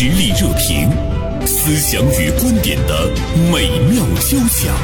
实力热评，思想与观点的美妙交响。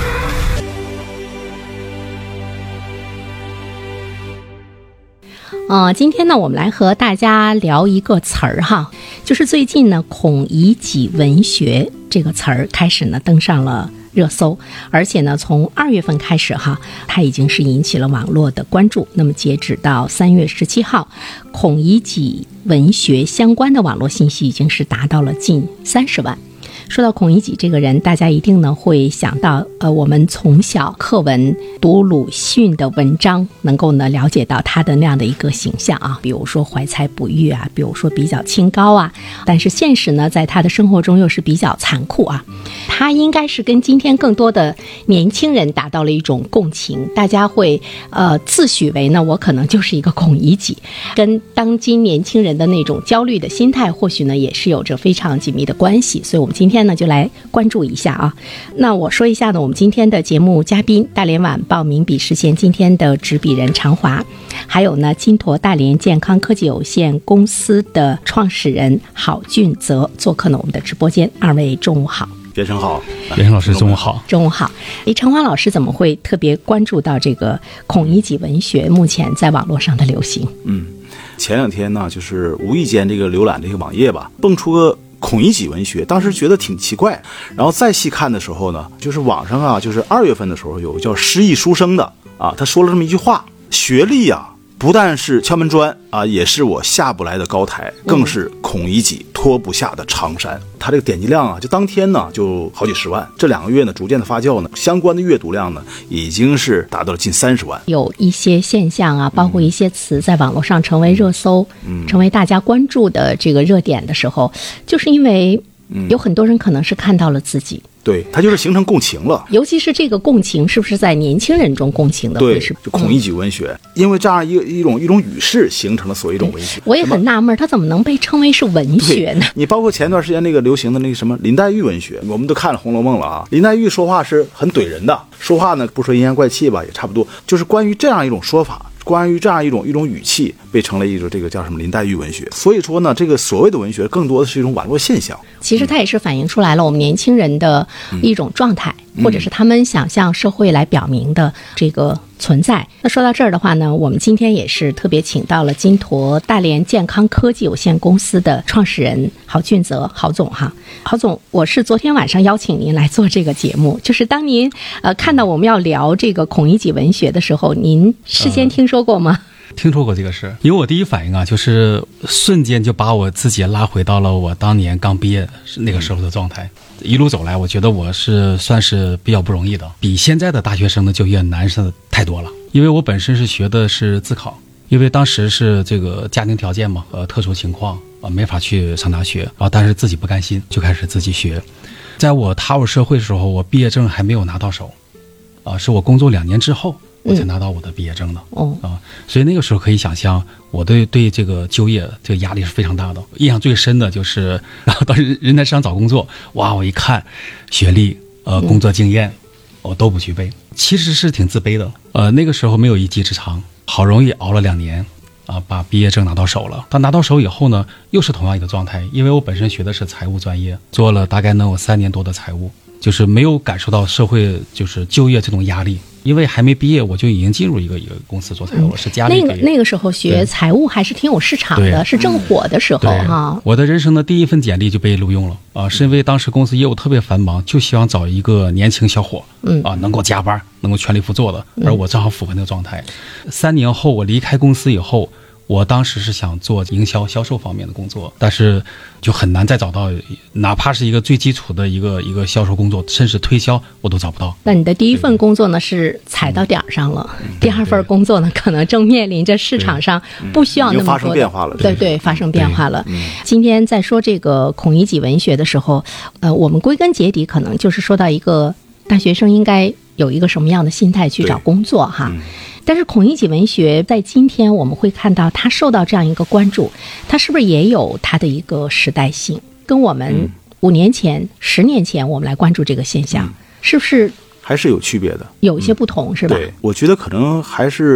今天呢，我们来和大家聊一个词儿哈，就是最近呢，孔乙己文学这个词儿开始呢登上了热搜，而且呢，从2月份开始哈，它已经是引起了网络的关注。那么截止到3月17号，孔乙己文学相关的网络信息已经是达到了近30万。说到孔乙己这个人，大家一定呢会想到，我们从小课文读鲁迅的文章，能够呢了解到他的那样的一个形象啊，比如说怀才不遇啊，比如说比较清高啊，但是现实呢，在他的生活中又是比较残酷啊。他应该是跟今天更多的年轻人达到了一种共情，大家会自诩为呢，我可能就是一个孔乙己，跟当今年轻人的那种焦虑的心态，或许呢也是有着非常紧密的关系。所以我们今天呢就来关注一下啊。那我说一下呢，我们今天的节目嘉宾，大连晚报名笔视线今天的执笔人常华，还有呢金驼大连健康科技有限公司的创始人郝俊泽做客呢我们的直播间。二位中午好。 袁生好， 袁生老师中午好。 中午好。常华老师怎么会特别关注到这个孔乙己文学目前在网络上的流行？ 前2天呢，就是无意间这个浏览这个网页吧，蹦出个孔乙己文学，当时觉得挺奇怪，然后再细看的时候呢，就是网上啊，就是2月份的时候有个叫失意书生的啊，他说了这么一句话：学历啊不但是敲门砖啊，也是我下不来的高台，更是孔乙己脱不下的长衫。他这个点击量啊，就当天呢就好几十万，这2个月呢逐渐的发酵呢，相关的阅读量呢已经是达到了近30万。 有一些现象啊，包括一些词在网络上成为热搜，成为大家关注的这个热点的时候，就是因为有很多人可能是看到了自己。 对，它就是形成共情了， 尤其是这个共情是不是在年轻人中共情的？ 对，就孔乙己文学，因为这样一种语势形成了所谓一种文学。 我也很纳闷，它怎么能被称为是文学呢？ 你包括前段时间那个流行的那个什么林黛玉文学，我们都看了《红楼梦》了啊。林黛玉说话是很怼人的，说话呢不说阴阳怪气吧，也差不多，就是关于这样一种说法。关于这样一种语气，被成了一种这个叫什么林黛玉文学。所以说呢，这个所谓的文学更多的是一种网络现象。 其实它也是反映出来了我们年轻人的一种状态，或者是他们想向社会来表明的这个存在。那说到这儿的话呢，我们今天也是特别请到了金驼大连健康科技有限公司的创始人郝俊泽，郝总哈。郝总，我是昨天晚上邀请您来做这个节目，就是当您看到我们要聊这个孔乙己文学的时候，您事先听说过吗？ 听说过这个事，因为我第一反应啊，就是瞬间就把我自己拉回到了我当年刚毕业那个时候的状态。一路走来，我觉得我是算是比较不容易的，比现在的大学生的就业难上太多了。因为我本身是学的是自考，因为当时是这个家庭条件嘛，特殊情况没法去上大学，然后但是自己不甘心，就开始自己学。在我踏入社会的时候，我毕业证还没有拿到手，是我工作2年之后。我才拿到我的毕业证的所以那个时候可以想象我对这个就业这个压力是非常大的。印象最深的就是然后到人才市场找工作，哇，我一看学历工作经验我都不具备，其实是挺自卑的。那个时候没有一技之长，好容易熬了2年把毕业证拿到手了。但拿到手以后呢，又是同样一个状态，因为我本身学的是财务专业，做了大概能有3年多的财务，就是没有感受到社会就是就业这种压力。因为还没毕业，我就已经进入一个公司做财务，是家里那个时候学财务还是挺有市场的，是正火的时候哈。 我的人生的第一份简历就被录用了是因为当时公司业务特别繁忙，就希望找一个年轻小伙能够加班，能够全力以赴做的，而我正好符合那个状态。3年后我离开公司以后，我当时是想做营销销售方面的工作，但是就很难再找到哪怕是一个最基础的一个销售工作，甚至推销我都找不到。 那你的第一份工作呢是踩到点上了，第2份工作呢可能正面临着市场上不需要那么多的发生变化了， 对，发生变化了。今天在说这个孔乙己文学的时候，我们归根结底可能就是说到一个大学生应该有一个什么样的心态去找工作哈。但是孔乙己文学在今天我们会看到它受到这样一个关注，它是不是也有它的一个时代性，跟我们5年前10年前我们来关注这个现象是不是还是有区别的， 有一些不同是吧？ 对，我觉得可能还是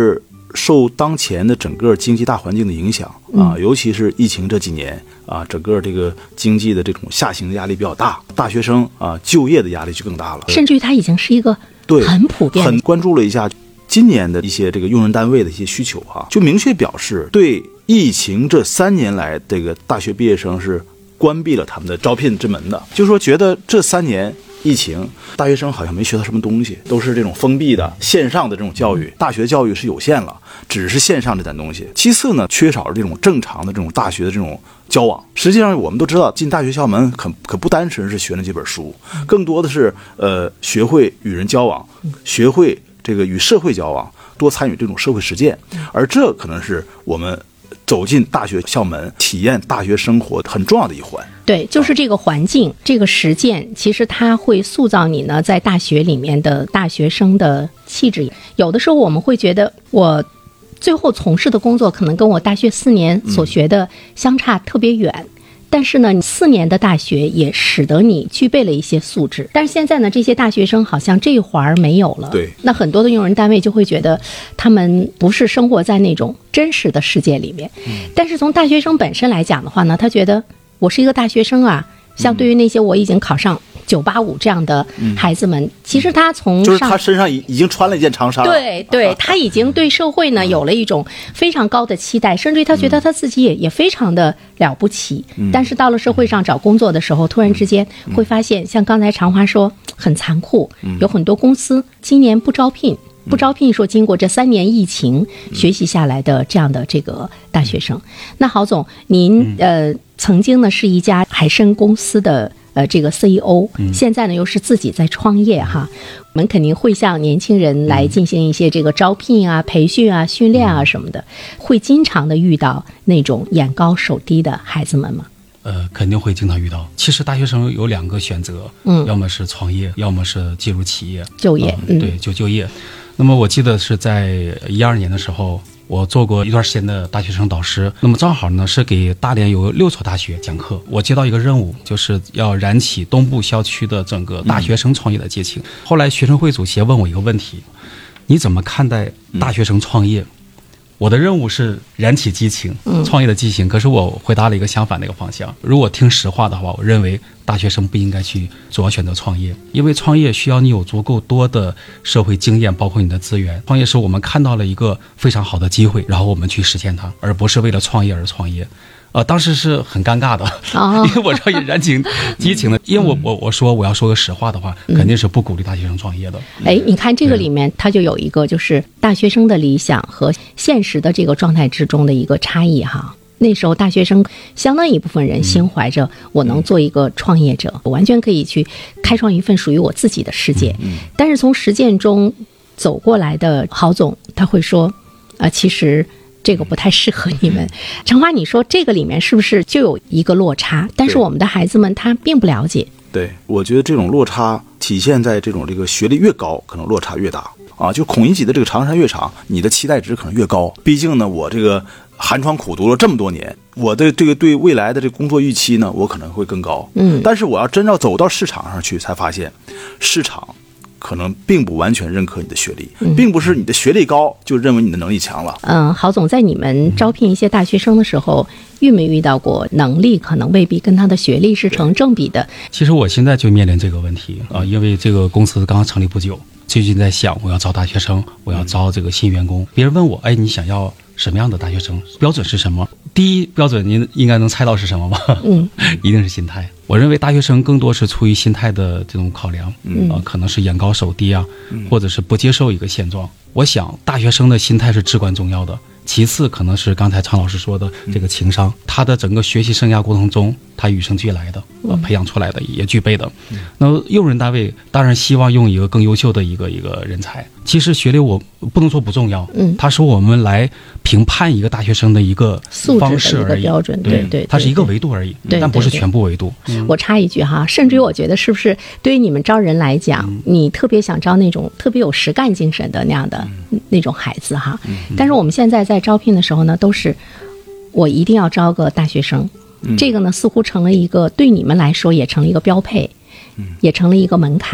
受当前的整个经济大环境的影响尤其是疫情这几年整个这个经济的这种下行的压力比较大，大学生就业的压力就更大了， 甚至于它已经是一个很普遍的。 很关注了一下今年的一些这个用人单位的一些需求就明确表示对疫情这3年来这个大学毕业生是关闭了他们的招聘之门的，就是说觉得这3年疫情，大学生好像没学到什么东西，都是这种封闭的线上的这种教育，大学教育是有限了，只是线上这点东西。其次呢，缺少了这种正常的这种大学的这种交往。实际上我们都知道，进大学校门可不单纯是学那几本书，更多的是学会与人交往，学会这个与社会交往，多参与这种社会实践，而这可能是我们走进大学校门体验大学生活很重要的一环。 对，就是这个环境这个实践，其实它会塑造你呢在大学里面的大学生的气质。有的时候我们会觉得我最后从事的工作可能跟我大学4年所学的相差特别远，但是呢4年的大学也使得你具备了一些素质。但是现在呢，这些大学生好像这一环没有了。 对， 那很多的用人单位就会觉得他们不是生活在那种真实的世界里面。但是从大学生本身来讲的话呢，他觉得我是一个大学生像对于那些我已经考上985这样的孩子们，其实他从就是他身上已经穿了一件长衫了。 对，他已经对社会呢有了一种非常高的期待，甚至于他觉得他自己也非常的了不起。但是到了社会上找工作的时候，突然之间会发现，像刚才长华说很残酷，有很多公司今年不招聘，说经过这3年疫情学习下来的这样的这个大学生。那郝总，您曾经呢是一家海参公司的这个 CEO，现在呢又是自己在创业我们肯定会向年轻人来进行一些这个招聘培训训练什么的，会经常的遇到那种眼高手低的孩子们吗？ 肯定会经常遇到。其实大学生有2个选择，要么是创业，要么是进入企业就业。 对，就业。那么我记得是在12年的时候，我做过一段时间的大学生导师，那么正好呢是给大连有6所大学讲课。我接到一个任务，就是要燃起东部校区的整个大学生创业的激情。后来学生会主席问我一个问题，你怎么看待大学生创业？我的任务是燃起激情，创业的激情。可是我回答了一个相反的一个方向。如果听实话的话，我认为大学生不应该去主要选择创业，因为创业需要你有足够多的社会经验，包括你的资源。创业是我们看到了一个非常好的机会，然后我们去实现它，而不是为了创业而创业。当时是很尴尬的，因为我说燃起激情的，因为我说我要说个实话的话，肯定是不鼓励大学生创业的。 你看这个里面它就有一个就是大学生的理想和现实的这个状态之中的一个差异那时候大学生相当一部分人心怀着我能做一个创业者，我完全可以去开创一份属于我自己的世界。但是从实践中走过来的郝总他会说其实这个不太适合你们。长华，你说这个里面是不是就有一个落差？但是我们的孩子们他并不了解。 对，我觉得这种落差体现在这个学历越高，可能落差越大就孔乙己的这个长衫越长，你的期待值可能越高。毕竟呢，我这个寒窗苦读了这么多年，我的这个对未来的这个工作预期呢，我可能会更高。但是我要真要走到市场上去，才发现市场可能并不完全认可你的学历，并不是你的学历高就认为你的能力强了。 郝总，在你们招聘一些大学生的时候，遇没遇到过能力可能未必跟他的学历是成正比的？ 其实我现在就面临这个问题因为这个公司刚刚成立不久，最近在想我要招大学生，我要招这个新员工。别人问我，你想要什么样的大学生？标准是什么？第一标准您应该能猜到是什么吧？一定是心态。我认为大学生更多是出于心态的这种考量，可能是眼高手低或者是不接受一个现状。我想大学生的心态是至关重要的。其次可能是刚才常老师说的这个情商，他的整个学习生涯过程中他与生俱来的培养出来的也具备的。那么用人单位当然希望用一个更优秀的一个人才。其实学历我不能说不重要，它是我们来评判一个大学生的一个方式而已， 标准。对， 它是一个维度而已，但不是全部维度。 我插一句甚至于我觉得是不是对于你们招人来讲，你特别想招那种特别有实干精神的那样的那种孩子但是我们现在在招聘的时候呢，都是我一定要招个大学生，这个呢似乎成了一个对你们来说也成了一个标配，也成了一个门槛。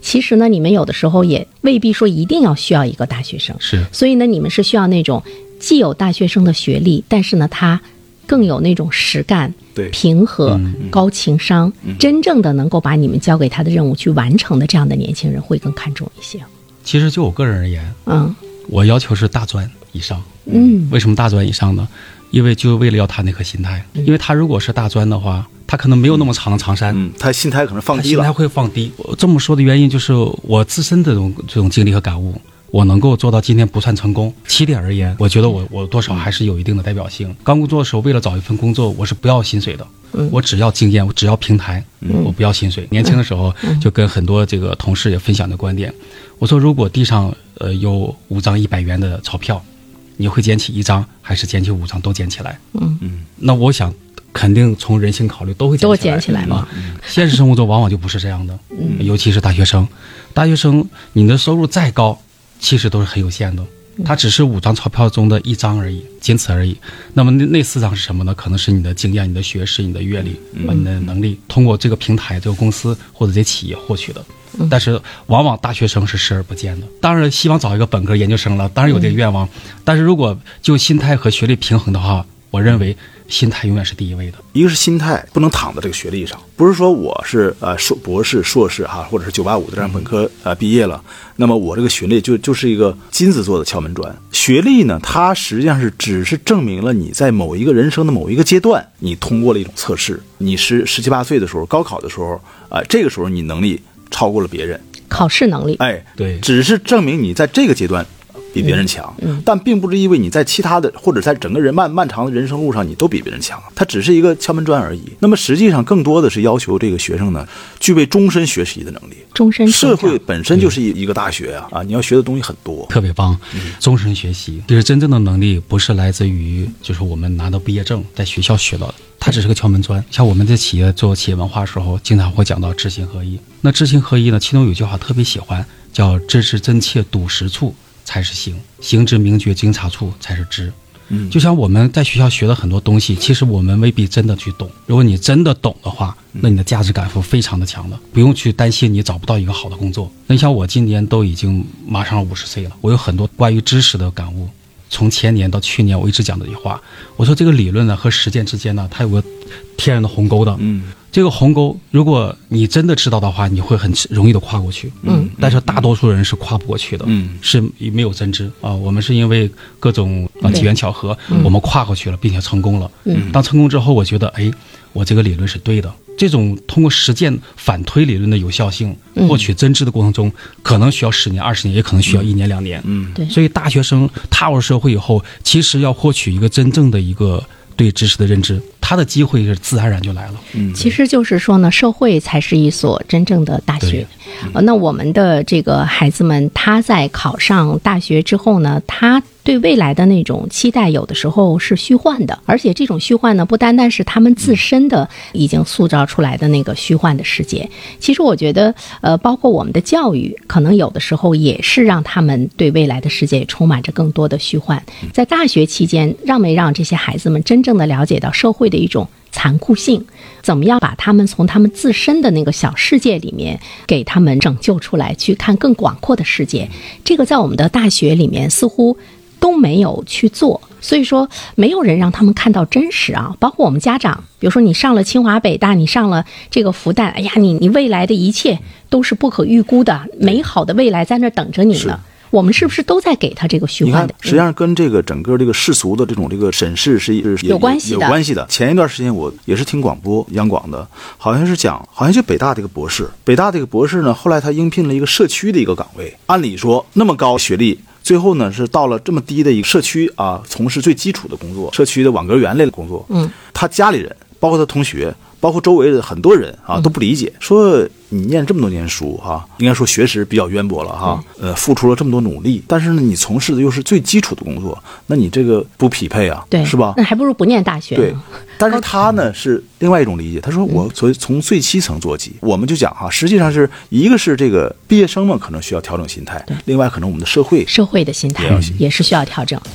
其实呢，你们有的时候也未必说一定要需要一个大学生， 是， 所以呢，你们是需要那种既有大学生的学历，但是呢，他更有那种实干、 对平和、高情商，真正的能够把你们交给他的任务去完成的这样的年轻人会更看重一些。 其实就我个人而言，我要求是大专以上。为什么大专以上呢？因为就为了要他那颗心态，因为他如果是大专的话，他可能没有那么长的长衫， 他心态可能放低了， 他心态会放低。我这么说的原因就是我自身的这种经历和感悟，我能够做到今天不算成功。起点而言，我觉得我多少还是有一定的代表性。刚工作的时候，为了找一份工作，我是不要薪水的，我只要经验，我只要平台，我不要薪水。年轻的时候就跟很多这个同事也分享的观点，我说如果地上有5张100元的钞票，你会捡起1张还是捡起5张都捡起来？那我想肯定从人性考虑都会捡起来嘛。现实生活中往往就不是这样的，尤其是大学生。大学生你的收入再高，其实都是很有限的，它只是5张钞票中的1张而已，仅此而已。那么那4张是什么呢？可能是你的经验、你的学识、你的阅历、你的能力，通过这个平台、这个公司或者这企业获取的。但是往往大学生是视而不见的。当然希望找一个本科研究生了，当然有这个愿望，但是如果就心态和学历平衡的话，我认为心态永远是第一位的。 一个是心态不能躺在这个学历上，不是说我是博士、硕士哈，或者是985的这样本科毕业了，那么我这个学历就是一个金子做的敲门砖。学历呢，它实际上是只是证明了你在某一个人生的某一个阶段，你通过了一种测试。你17、18岁的时候，高考的时候，这个时候你能力超过了别人， 考试能力， 对， 只是证明你在这个阶段比别人强，但并不是因为你在其他的或者在整个人漫长的人生路上你都比别人强，它只是一个敲门砖而已。那么实际上更多的是要求这个学生呢具备终身学习的能力。 终身社会本身就是一个大学啊，你要学的东西很多， 特别棒。终身学习其实真正的能力不是来自于就是我们拿到毕业证在学校学到的，它只是个敲门砖。像我们在企业做企业文化的时候，经常会讲到知行合一。那知行合一呢，其中有一句话特别喜欢，叫知之真切笃实处才是行，行之明觉精察处才是知。就像我们在学校学的很多东西，其实我们未必真的去懂。如果你真的懂的话，那你的价值感是非常的强的，不用去担心你找不到一个好的工作。那像我今年都已经马上50岁了，我有很多关于知识的感悟。从前年到去年，我一直讲这句话，我说这个理论呢和实践之间呢，它有个天然的鸿沟的。这个鸿沟，如果你真的知道的话，你会很容易的跨过去。但是大多数人是跨不过去的。是没有真知啊。我们是因为各种机缘巧合，我们跨过去了，并且成功了。当成功之后，我觉得，我这个理论是对的。这种通过实践反推理论的有效性，获取真知的过程中，可能需要10年、20年，也可能需要1年、2年。 对。 所以大学生踏入社会以后，其实要获取一个真正的一个对知识的认知，他的机会是自然而然就来了。 其实就是说呢，社会才是一所真正的大学。那我们的这个孩子们，他在考上大学之后呢，他对未来的那种期待有的时候是虚幻的，而且这种虚幻呢，不单单是他们自身的已经塑造出来的那个虚幻的世界。其实我觉得包括我们的教育，可能有的时候也是让他们对未来的世界充满着更多的虚幻。在大学期间，让没让这些孩子们真正的了解到社会的一种残酷性，怎么样把他们从他们自身的那个小世界里面给他们拯救出来，去看更广阔的世界。这个在我们的大学里面似乎都没有去做，所以说没有人让他们看到真实啊。包括我们家长，比如说你上了清华北大，你上了这个复旦，哎呀，你未来的一切都是不可预估的，美好的未来在那等着你呢。我们是不是都在给他这个虚幻的？ 实际上跟这个整个这个世俗的这种这个审视是有关系的。前一段时间我也是听广播，央广的，好像是讲，好像就北大这个博士，呢，后来他应聘了一个社区的一个岗位。按理说那么高学历，最后呢是到了这么低的一个社区啊，从事最基础的工作，社区的网格员类的工作。他家里人，包括他同学，包括周围的很多人啊都不理解，说你念这么多年书哈，应该说学识比较渊博了哈，付出了这么多努力，但是呢你从事的又是最基础的工作，那你这个不匹配啊， 对， 是吧？ 那还不如不念大学。 对，但是他呢是另外一种理解，他说我从最基层做起。我们就讲哈，实际上是一个是这个毕业生们可能需要调整心态，另外可能我们的社会的心态也是需要调整。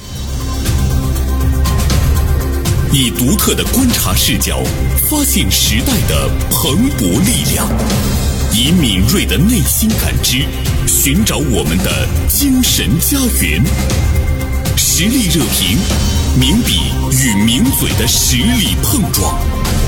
以独特的观察视角，发现时代的蓬勃力量。 以敏锐的内心感知，寻找我们的精神家园。实力热评，名笔与名嘴的实力碰撞。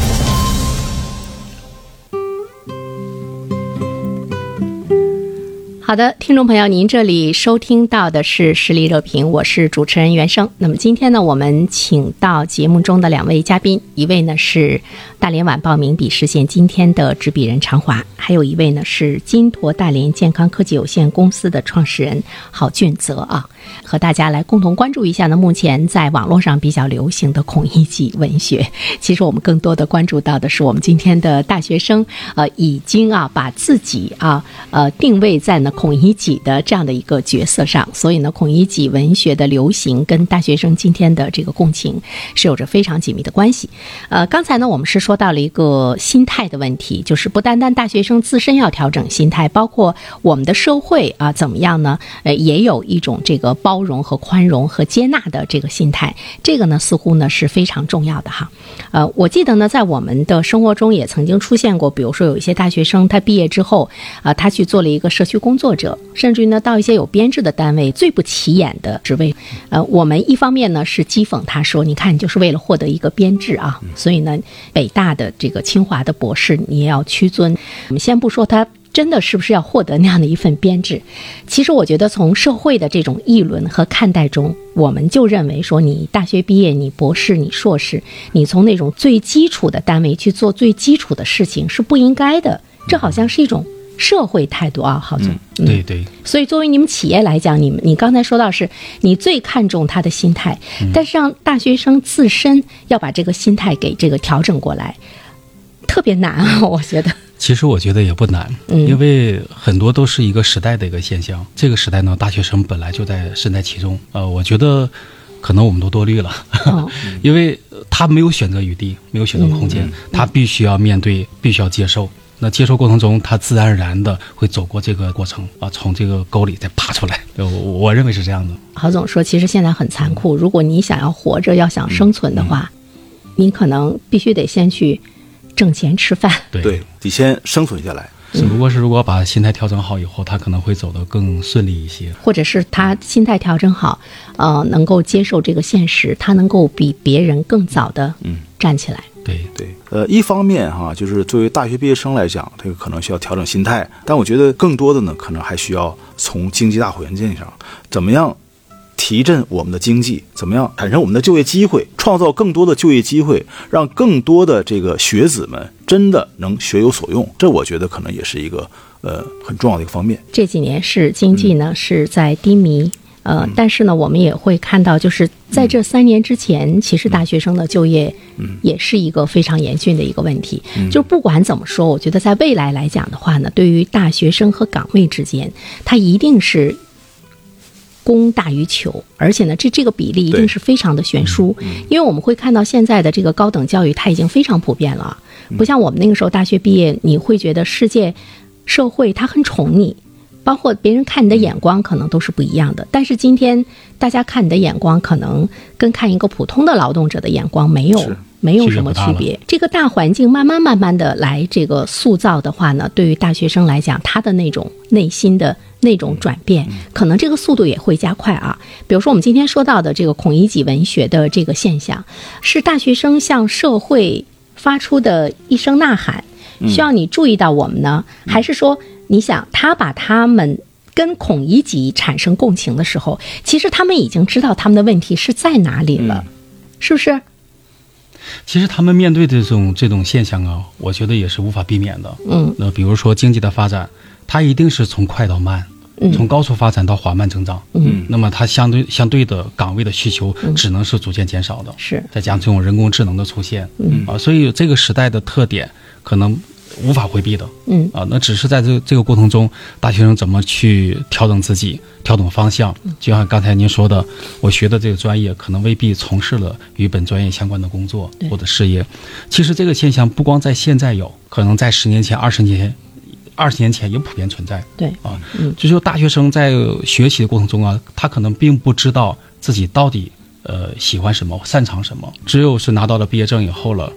好的，听众朋友，您这里收听到的是实力热评，我是主持人袁生。那么今天呢，我们请到节目中的两位嘉宾，一位呢是大连晚报名笔视线今天的执笔人常华，还有一位呢是金驼大连健康科技有限公司的创始人郝俊泽啊，和大家来共同关注一下呢，目前在网络上比较流行的孔乙己文学。其实我们更多的关注到的是我们今天的大学生已经把自己定位在呢孔乙己的这样的一个角色上，所以呢孔乙己文学的流行跟大学生今天的这个共情是有着非常紧密的关系。刚才呢我们是说到了一个心态的问题，就是不单单大学生自身要调整心态，包括我们的社会怎么样呢也有一种这个包容和宽容和接纳的这个心态，这个呢似乎呢是非常重要的哈。我记得呢在我们的生活中也曾经出现过，比如说有一些大学生他毕业之后他去做了一个社区工作者，甚至于呢到一些有编制的单位最不起眼的职位，我们一方面呢是讥讽他说，你看你就是为了获得一个编制所以呢北大的这个清华的博士你也要屈尊。我们先不说他真的是不是要获得那样的一份编制，其实我觉得从社会的这种议论和看待中，我们就认为说你大学毕业，你博士，你硕士，你从那种最基础的单位去做最基础的事情是不应该的，这好像是一种社会态度郝总。 对对。 所以作为你们企业来讲，你刚才说到是你最看重他的心态，但是让大学生自身要把这个心态给这个调整过来特别难我觉得。 其实我觉得也不难，因为很多都是一个时代的一个现象。这个时代呢，大学生本来就身在其中。我觉得可能我们都多虑了，因为他没有选择余地，没有选择空间，他必须要面对，必须要接受。那接受过程中，他自然而然的会走过这个过程从这个沟里再爬出来。我认为是这样的。 郝总说，其实现在很残酷，如果你想要活着，要想生存的话，你可能必须得先去挣钱吃饭， 对，得先生存下来。 只不过是如果把心态调整好以后，他可能会走得更顺利一些， 或者是他心态调整好，能够接受这个现实，他能够比别人更早的站起来。 对， 一方面就是作为大学毕业生来讲，这个可能需要调整心态，但我觉得更多的呢，可能还需要从经济大环境上，怎么样提振我们的经济，怎么样产生我们的就业机会，创造更多的就业机会，让更多的这个学子们真的能学有所用，这我觉得可能也是一个很重要的一个方面。这几年是经济呢是在低迷，但是呢我们也会看到，就是在这3年之前，其实大学生的就业也是一个非常严峻的一个问题。就不管怎么说，我觉得在未来来讲的话呢，对于大学生和岗位之间，它一定是供大于求，而且呢这个比例一定是非常的悬殊。因为我们会看到现在的这个高等教育它已经非常普遍了，不像我们那个时候大学毕业，你会觉得世界社会它很宠你，包括别人看你的眼光可能都是不一样的。但是今天大家看你的眼光可能跟看一个普通的劳动者的眼光没有什么区别。这个大环境慢慢的来这个塑造的话呢，对于大学生来讲，他的那种内心的那种转变，可能这个速度也会加快比如说我们今天说到的这个孔乙己文学的这个现象，是大学生向社会发出的一声呐喊，需要你注意到我们呢，还是说你想他把他们跟孔乙己产生共情的时候，其实他们已经知道他们的问题是在哪里了，是不是？ 其实他们面对的这种现象我觉得也是无法避免的。那比如说经济的发展，它一定是从快到慢，从高速发展到缓慢增长。那么它相对的岗位的需求只能是逐渐减少的。是，再加上这种人工智能的出现，所以这个时代的特点可能无法回避的。那只是在这个过程中，大学生怎么去调整自己，调整方向。就像刚才您说的，我学的这个专业可能未必从事了与本专业相关的工作或者事业。其实这个现象不光在现在有，可能在10年前、20年前也普遍存在。对就是说大学生在学习的过程中他可能并不知道自己到底喜欢什么、擅长什么，只有是拿到了毕业证以后了。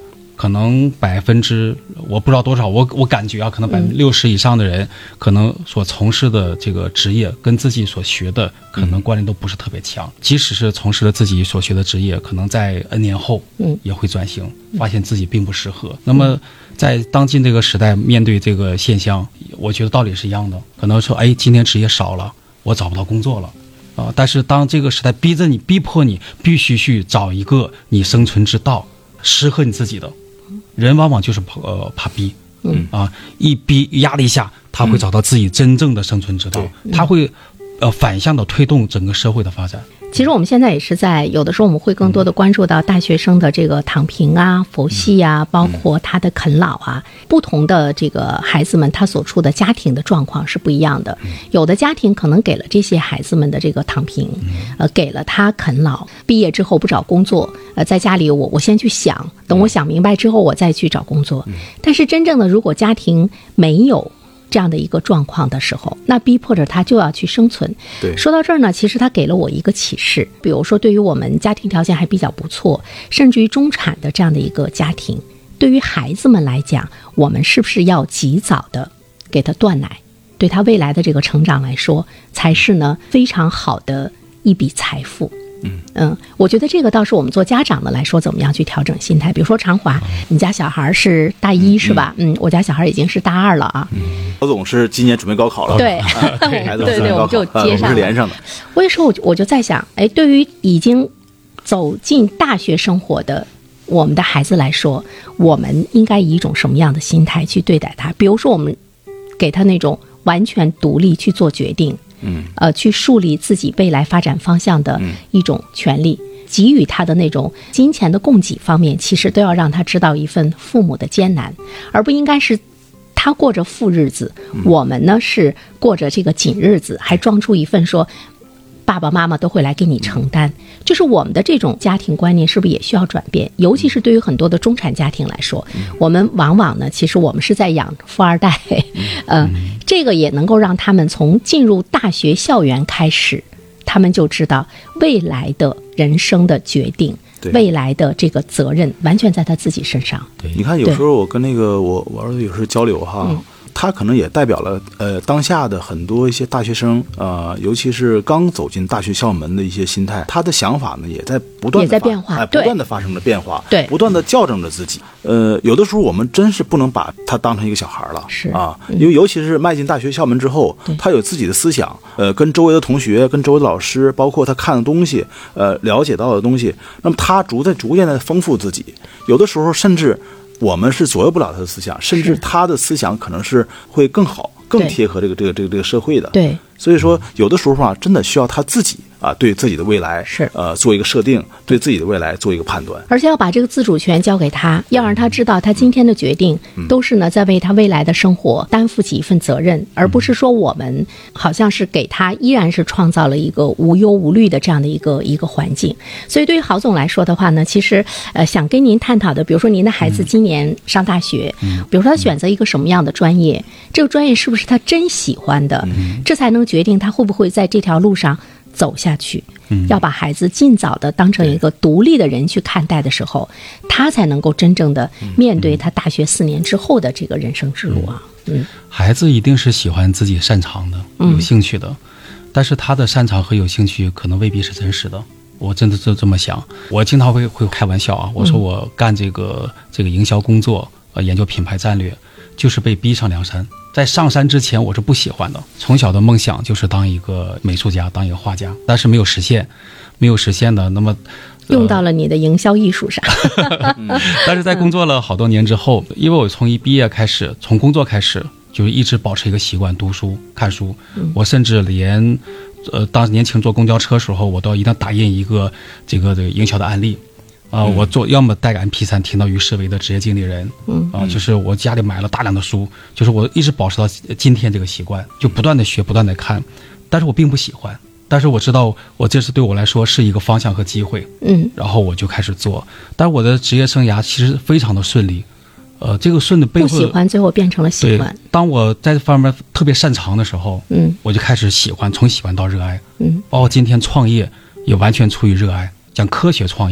可能我不知道多少，我感觉啊，可能60%以上的人，可能所从事的这个职业跟自己所学的可能关联都不是特别强。即使是从事了自己所学的职业，可能在 N 年后，也会转型，发现自己并不适合。那么在当今这个时代，面对这个现象，我觉得道理是一样的。可能说，今天职业少了，我找不到工作了。但是当这个时代逼迫你必须去找一个你生存之道，适合你自己的，人往往就是怕逼，一逼压力下，他会找到自己真正的生存之道，他会反向的推动整个社会的发展。 其实我们现在也是有的时候我们会更多的关注到大学生的这个躺平啊、佛系啊，包括他的啃老啊，不同的这个孩子们他所处的家庭的状况是不一样的。有的家庭可能给了这些孩子们的这个躺平，给了他啃老，毕业之后不找工作，在家里我先去想，等我想明白之后我再去找工作。但是真正的如果家庭没有这样的一个状况的时候，那逼迫着他就要去生存。 对， 说到这儿呢，其实他给了我一个启示，比如说对于我们家庭条件还比较不错，甚至于中产的这样的一个家庭，对于孩子们来讲，我们是不是要及早的给他断奶，对他未来的这个成长来说，才是呢非常好的一笔财富。我觉得这个倒是我们做家长的来说，怎么样去调整心态。比如说常华，你家小孩是大1是吧？我家小孩已经是大2了啊。 老总是今年准备高考了， 对， 孩子对，我们就接上了， 是连上的。 我有时候我就在想，对于已经走进大学生活的我们的孩子来说，我们应该以一种什么样的心态去对待他？比如说，我们给他那种完全独立去做决定。去树立自己未来发展方向的一种权利，给予他的那种金钱的供给方面，其实都要让他知道一份父母的艰难，而不应该是他过着富日子，我们呢是过着这个紧日子，还装出一份说爸爸妈妈都会来给你承担。就是我们的这种家庭观念是不是也需要转变？尤其是对于很多的中产家庭来说，我们往往呢，其实我们是在养富二代，这个也能够让他们从进入大学校园开始，他们就知道未来的人生的决定，未来的这个责任完全在他自己身上。 对，你看有时候我跟那个我儿子有时候交流哈。他可能也代表了当下的很多一些大学生尤其是刚走进大学校门的一些心态，他的想法呢也在不断的变化，不断的发生着变化， 对， 不断的校正着自己。有的时候我们真是不能把他当成一个小孩了， 是因为尤其是迈进大学校门之后，他有自己的思想，跟周围的同学、跟周围的老师，包括他看的东西，了解到的东西，那么他逐渐的丰富自己。有的时候甚至我们是左右不了他的思想，甚至他的思想可能是会更好、更贴合这个社会的。 对， 所以说有的时候真的需要他自己对自己的未来是做一个设定，对自己的未来做一个判断， 而且要把这个自主权交给他，要让他知道他今天的决定都是呢在为他未来的生活担负起一份责任，而不是说我们好像是给他依然是创造了一个无忧无虑的这样的一个环境。所以对于郝总来说的话呢，其实想跟您探讨的，比如说您的孩子今年上大学，比如说他选择一个什么样的专业，这个专业是不是他真喜欢的，这才能决定他会不会在这条路上走下去。要把孩子尽早的当成一个独立的人去看待的时候，他才能够真正的面对他大学4年之后的这个人生之路啊。 孩子一定是喜欢自己擅长的、有兴趣的，但是他的擅长和有兴趣可能未必是真实的。我真的就这么想，我经常会开玩笑啊，我说我干这个营销工作，研究品牌战略，就是被逼上梁山。在上山之前我是不喜欢的，从小的梦想就是当一个美术家，当一个画家，但是没有实现的，那么用到了你的营销艺术上。 但是在工作了好多年之后，因为我从一毕业开始，从工作开始就一直保持一个习惯，读书看书，我甚至连当年轻坐公交车时候，我都一定打印一个这个营销的案例。我要么带个 MP3 听到于世维的职业经理人，就是我家里买了大量的书，就是我一直保持到今天这个习惯，就不断的学，不断的看，但是我并不喜欢，但是我知道我这是对我来说是一个方向和机会，然后我就开始做，但是我的职业生涯其实非常的顺利，这个顺的背后不喜欢最后变成了喜欢。 当我在这方面特别擅长的时候，我就开始喜欢，从喜欢到热爱，包括今天创业也完全出于热爱，讲科学创业。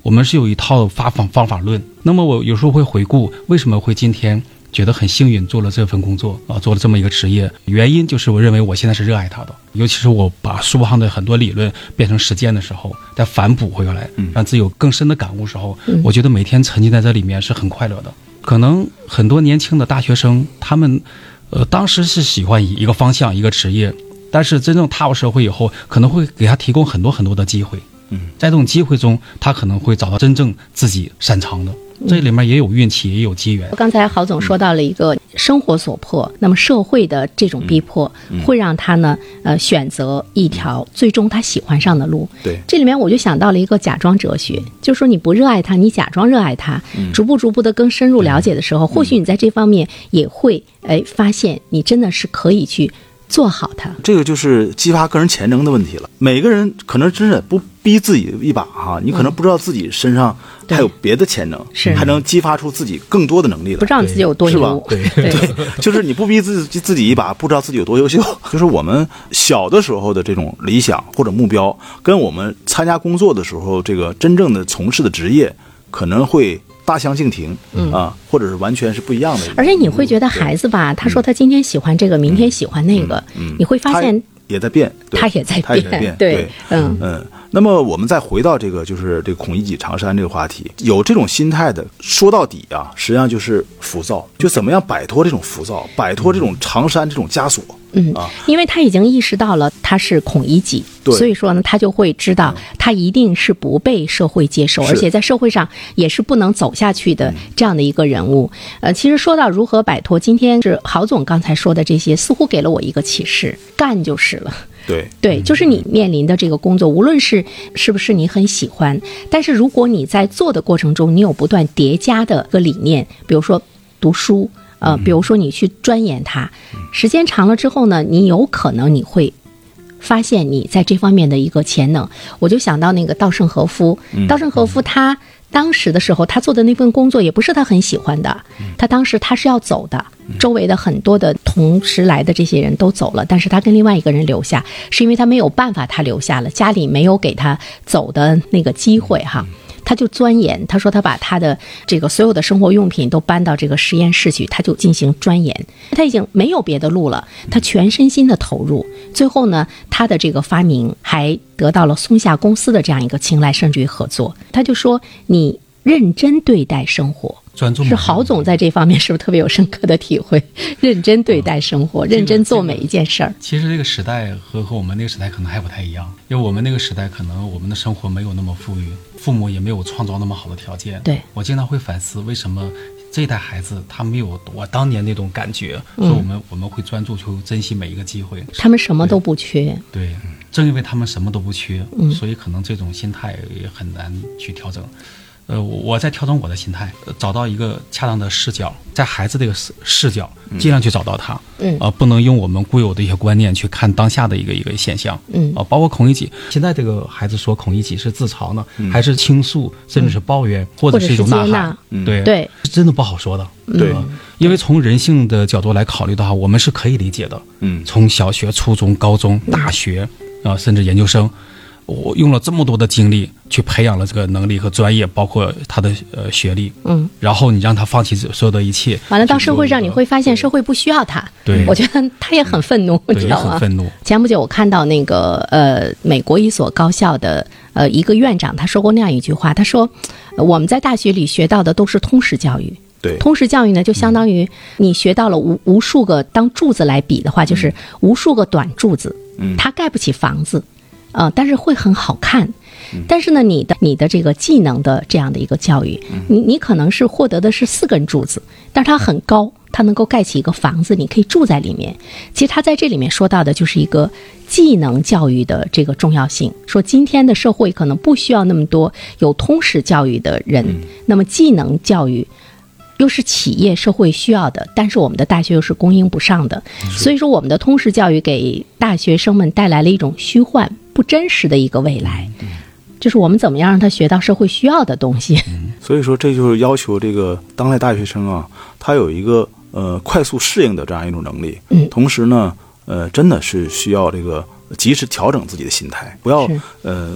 我们是有一套方法论。那么我有时候会回顾，为什么会今天觉得很幸运做了这份工作啊，做了这么一个职业，原因就是我认为我现在是热爱它的，尤其是我把书上的很多理论变成实践的时候，再反哺回来，让自己有更深的感悟的时候，我觉得每天沉浸在这里面是很快乐的。可能很多年轻的大学生，他们当时是喜欢一个方向一个职业，但是真正踏入社会以后，可能会给他提供很多很多的机会，在这种机会中，他可能会找到真正自己擅长的。这里面也有运气，也有机缘。 刚才郝总说到了一个生活所迫，那么社会的这种逼迫，会让他呢选择一条最终他喜欢上的路。 对， 这里面我就想到了一个假装哲学，就是说你不热爱它，你假装热爱它，逐步的更深入了解的时候，或许你在这方面也会发现你真的是可以去做好它。 这个就是激发个人潜能的问题了。每个人可能真的不逼自己一把哈，你可能不知道自己身上还有别的潜能， 是还能激发出自己更多的能力了。 不知道你自己有多牛， 对，就是你不逼自己一把，不知道自己有多优秀。就是我们小的时候的这种理想或者目标，跟我们参加工作的时候这个真正的从事的职业，可能会大相径庭，或者是完全是不一样的。 而且你会觉得孩子吧，他说他今天喜欢这个，明天喜欢那个，你会发现也在变， 他也在变，对， 那么我们再回到这个就是这个孔乙己常山这个话题，有这种心态的，说到底啊，实际上就是浮躁，就怎么样摆脱这种浮躁，摆脱这种常山这种枷锁。 因为他已经意识到了他是孔乙己，所以说呢，他就会知道他一定是不被社会接受，而且在社会上也是不能走下去的这样的一个人物。其实说到如何摆脱，今天是郝总刚才说的这些，似乎给了我一个启示，干就是了。对，就是你面临的这个工作，无论是不是你很喜欢，但是如果你在做的过程中，你有不断叠加的个理念，比如说读书，比如说你去钻研它，时间长了之后呢，你有可能你会发现你在这方面的一个潜能。我就想到那个稻盛和夫，稻盛和夫他当时的时候，他做的那份工作也不是他很喜欢的，他当时他是要走的，周围的很多的同时来的这些人都走了，但是他跟另外一个人留下，是因为他没有办法，他留下了，家里没有给他走的那个机会哈。他就钻研，他说他把他的这个所有的生活用品都搬到这个实验室去，他就进行钻研。他已经没有别的路了，他全身心的投入。最后呢，他的这个发明还得到了松下公司的这样一个青睐，甚至于合作。他就说，你认真对待生活， 专注。 是郝总在这方面是不是特别有深刻的体会？认真对待生活，认真做每一件事儿。 其实这个时代和我们那个时代可能还不太一样，因为我们那个时代可能我们的生活没有那么富裕，父母也没有创造那么好的条件。 对， 我经常会反思，为什么这一代孩子他没有我当年那种感觉，所以我们会专注去珍惜每一个机会。 他们什么都不缺。 对，正因为他们什么都不缺，所以可能这种心态也很难去调整。我在调整我的心态，找到一个恰当的视角，在孩子这个视角尽量去找到它，不能用我们固有的一些观念去看当下的一个现象，包括孔乙己。现在这个孩子说孔乙己是自嘲呢，还是倾诉，甚至是抱怨，或者是一种呐喊？对，真的不好说的。 对， 因为从人性的角度来考虑的话，我们是可以理解的。从小学、初中、高中、大学甚至研究生。我用了这么多的精力去培养了这个能力和专业，包括他的学历，然后你让他放弃所有的一切， 完了到社会上你会发现社会不需要他。 对， 我觉得他也很愤怒，知道吗？ 很愤怒。 前不久我看到那个美国一所高校的一个院长，他说过那样一句话，他说我们在大学里学到的都是通识教育。 对， 通识教育呢，就相当于你学到了无数个，当柱子来比的话，就是无数个短柱子，它盖不起房子。但是会很好看，但是呢，你的这个技能的这样的一个教育，你可能是获得的是4根柱子，但是它很高，它能够盖起一个房子，你可以住在里面。其实他在这里面说到的就是一个技能教育的这个重要性，说今天的社会可能不需要那么多有通识教育的人，那么技能教育又是企业社会需要的，但是我们的大学又是供应不上的，所以说我们的通识教育给大学生们带来了一种虚幻不真实的一个未来，就是我们怎么样让他学到社会需要的东西。 所以说这就是要求这个当代大学生啊，他有一个快速适应的这样一种能力，同时呢真的是需要这个及时调整自己的心态，不要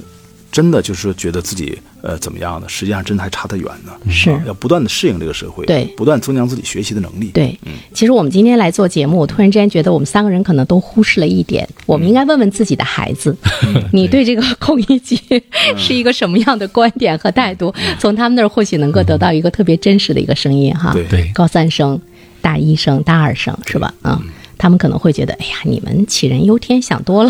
真的就是觉得自己怎么样呢？实际上真的还差得远呢。 是要不断的适应这个社会， 对， 不断增强自己学习的能力。 对，其实我们今天来做节目，我突然之间觉得我们3个人可能都忽视了一点，我们应该问问自己的孩子，你对这个孔乙己是一个什么样的观点和态度？从他们那儿或许能够得到一个特别真实的一个声音哈。 对， 高3生、大1生、大2生是吧？他们可能会觉得，哎呀，你们杞人忧天，想多了。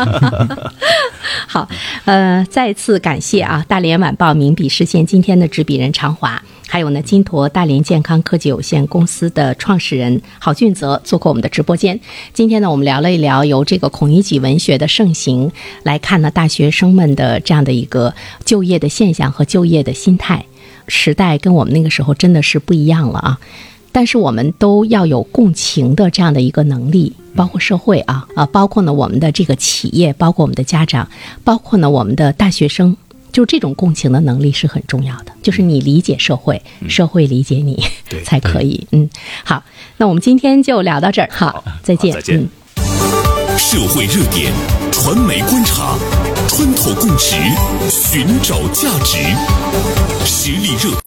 好，再一次感谢啊，大连晚报名笔视线今天的执笔人常华，还有呢，金驼大连健康科技有限公司的创始人郝俊泽做过我们的直播间。今天呢，我们聊了一聊由这个孔乙己文学的盛行来看呢，大学生们的这样的一个就业的现象和就业的心态。时代跟我们那个时候真的是不一样了啊。但是我们都要有共情的这样的一个能力，包括社会包括呢我们的这个企业，包括我们的家长，包括呢我们的大学生，就这种共情的能力是很重要的，就是你理解社会，社会理解你才可以。好，那我们今天就聊到这儿，好，再见。 再见。 社会热点，传媒观察，穿透共识，寻找价值，实力热。